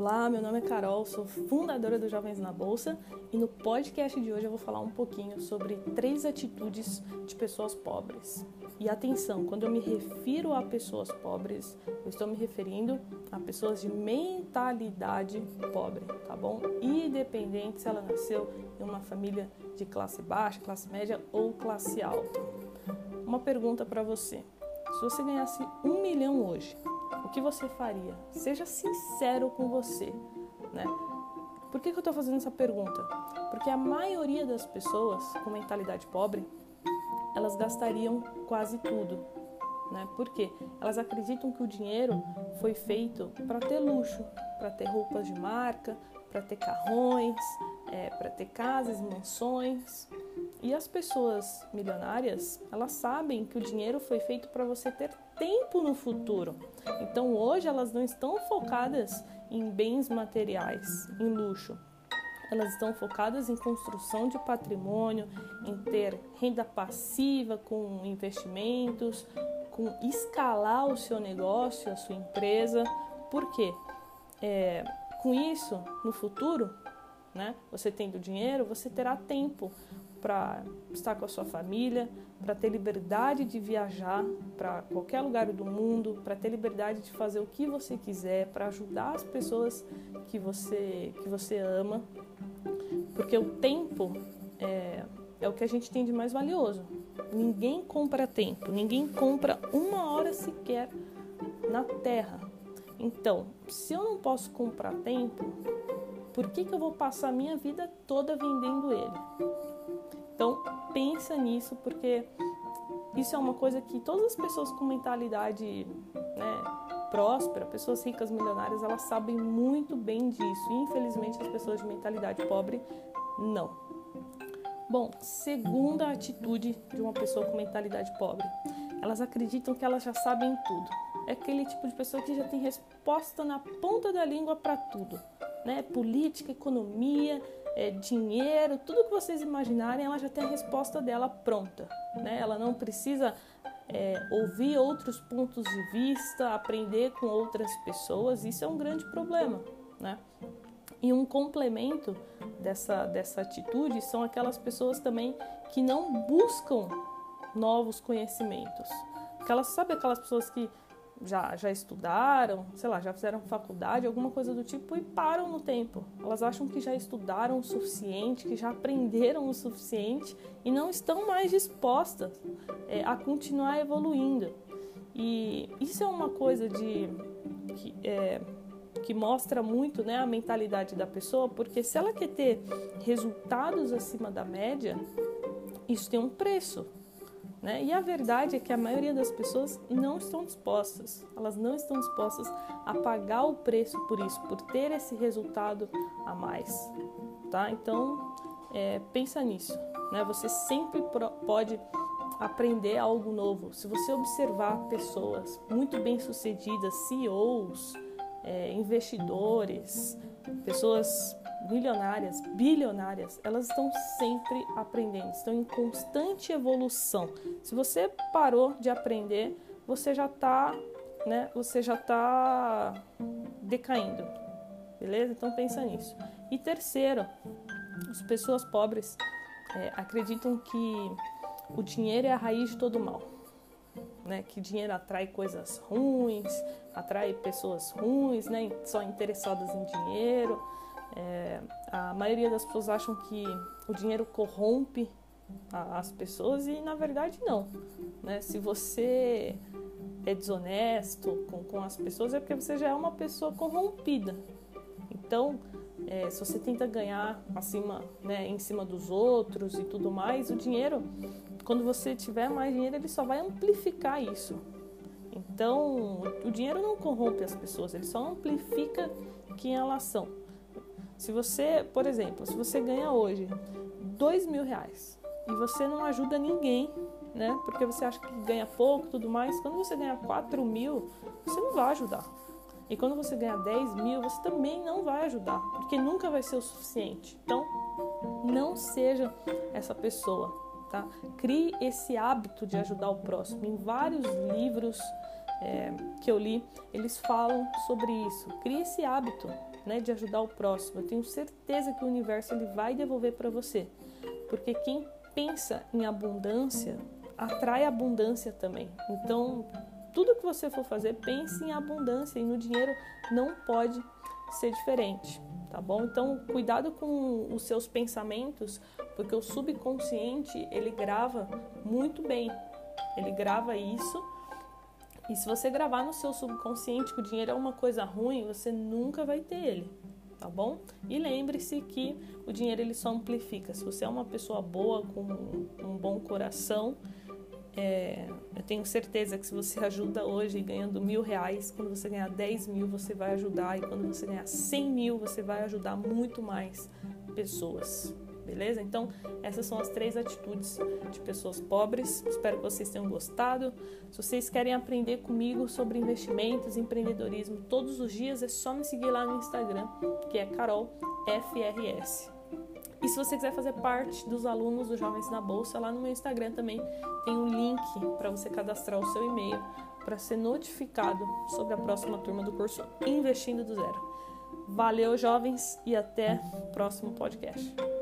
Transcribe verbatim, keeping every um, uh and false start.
Olá, meu nome é Carol, sou fundadora do Jovens na Bolsa e no podcast de hoje eu vou falar um pouquinho sobre três atitudes de pessoas pobres. E atenção, quando eu me refiro a pessoas pobres, eu estou me referindo a pessoas de mentalidade pobre, tá bom? Independente se ela nasceu em uma família de classe baixa, classe média ou classe alta. Uma pergunta para você: se você ganhasse um milhão hoje, o que você faria? Seja sincero com você, né? Por que que eu estou fazendo essa pergunta? Porque a maioria das pessoas com mentalidade pobre, elas gastariam quase tudo, né? Por quê? Elas acreditam que o dinheiro foi feito para ter luxo, para ter roupas de marca, para ter carrões, é, para ter casas, mansões. E as pessoas milionárias, elas sabem que o dinheiro foi feito para você ter tempo no futuro. Então hoje elas não estão focadas em bens materiais, em luxo. Elas estão focadas em construção de patrimônio, em ter renda passiva com investimentos, com escalar o seu negócio, a sua empresa. Por quê? É, com isso, no futuro, né, você tendo dinheiro, você terá tempo para estar com a sua família, para ter liberdade de viajar para qualquer lugar do mundo, para ter liberdade de fazer o que você quiser, para ajudar as pessoas que você, que você ama. Porque o tempo é, é o que a gente tem de mais valioso. Ninguém compra tempo, ninguém compra uma hora sequer na Terra. Então, se eu não posso comprar tempo, por que que eu vou passar a minha vida toda vendendo ele? Então, pensa nisso, porque isso é uma coisa que todas as pessoas com mentalidade, né, próspera, pessoas ricas, milionárias, elas sabem muito bem disso. E, infelizmente, as pessoas de mentalidade pobre, não. Bom, segunda atitude de uma pessoa com mentalidade pobre. Elas acreditam que elas já sabem tudo. É aquele tipo de pessoa que já tem resposta na ponta da língua para tudo, né? Política, economia, é, dinheiro, tudo que vocês imaginarem, ela já tem a resposta dela pronta, né? Ela não precisa é, ouvir outros pontos de vista, aprender com outras pessoas. Isso é um grande problema, né? E um complemento dessa, dessa atitude são aquelas pessoas também que não buscam novos conhecimentos. Aquelas, sabe aquelas pessoas que Já, já estudaram, sei lá, já fizeram faculdade, alguma coisa do tipo, e param no tempo. Elas acham que já estudaram o suficiente, que já aprenderam o suficiente e não estão mais dispostas é, a continuar evoluindo. E isso é uma coisa de, que, é, que mostra muito, né, a mentalidade da pessoa, porque se ela quer ter resultados acima da média, isso tem um preço. Né? E a verdade é que a maioria das pessoas não estão dispostas, elas não estão dispostas a pagar o preço por isso, por ter esse resultado a mais, tá? Então, é, pensa nisso, né? Você sempre pro, pode aprender algo novo. Se você observar pessoas muito bem-sucedidas, C E Os, é, investidores, pessoas milionárias, bilionárias, elas estão sempre aprendendo, estão em constante evolução. Se você parou de aprender, você já está, né, você já está decaindo, beleza? Então pensa nisso. E terceiro, as pessoas pobres é, acreditam que o dinheiro é a raiz de todo mal, né? Que dinheiro atrai coisas ruins, atrai pessoas ruins, né? Só interessadas em dinheiro. É, a maioria das pessoas acham que o dinheiro corrompe a, as pessoas e na verdade não, né? Se você é desonesto com, com as pessoas é porque você já é uma pessoa corrompida. Então, é, se você tenta ganhar acima, né, em cima dos outros e tudo mais, o dinheiro, quando você tiver mais dinheiro, ele só vai amplificar isso. Então, o, o dinheiro não corrompe as pessoas, ele só amplifica quem elas são. Se você, por exemplo, se você ganha hoje dois mil reais e você não ajuda ninguém, né? Porque você acha que ganha pouco e tudo mais, quando você ganha quatro mil, você não vai ajudar. E quando você ganha dez mil, você também não vai ajudar, porque nunca vai ser o suficiente. Então, não seja essa pessoa, tá? Crie esse hábito de ajudar o próximo. Em vários livros é, que eu li, eles falam sobre isso. Crie esse hábito, né, de ajudar o próximo, eu tenho certeza que o universo ele vai devolver para você. Porque quem pensa em abundância, atrai abundância também. Então, tudo que você for fazer, pense em abundância, e no dinheiro não pode ser diferente, tá bom? Então, cuidado com os seus pensamentos, porque o subconsciente, ele grava muito bem. Ele grava isso, e se você gravar no seu subconsciente que o dinheiro é uma coisa ruim, você nunca vai ter ele, tá bom? E lembre-se que o dinheiro ele só amplifica. Se você é uma pessoa boa, com um bom coração, é, eu tenho certeza que se você ajuda hoje ganhando mil reais, quando você ganhar dez mil você vai ajudar, e quando você ganhar cem mil você vai ajudar muito mais pessoas, beleza? Então essas são as três atitudes de pessoas pobres. Espero que vocês tenham gostado. Se vocês querem aprender comigo sobre investimentos e empreendedorismo todos os dias, é só me seguir lá no Instagram, que é Carol F R S. E se você quiser fazer parte dos alunos do Jovens na Bolsa, lá no meu Instagram também tem um link para você cadastrar o seu e-mail para ser notificado sobre a próxima turma do curso Investindo do Zero. Valeu, jovens, e até o próximo podcast.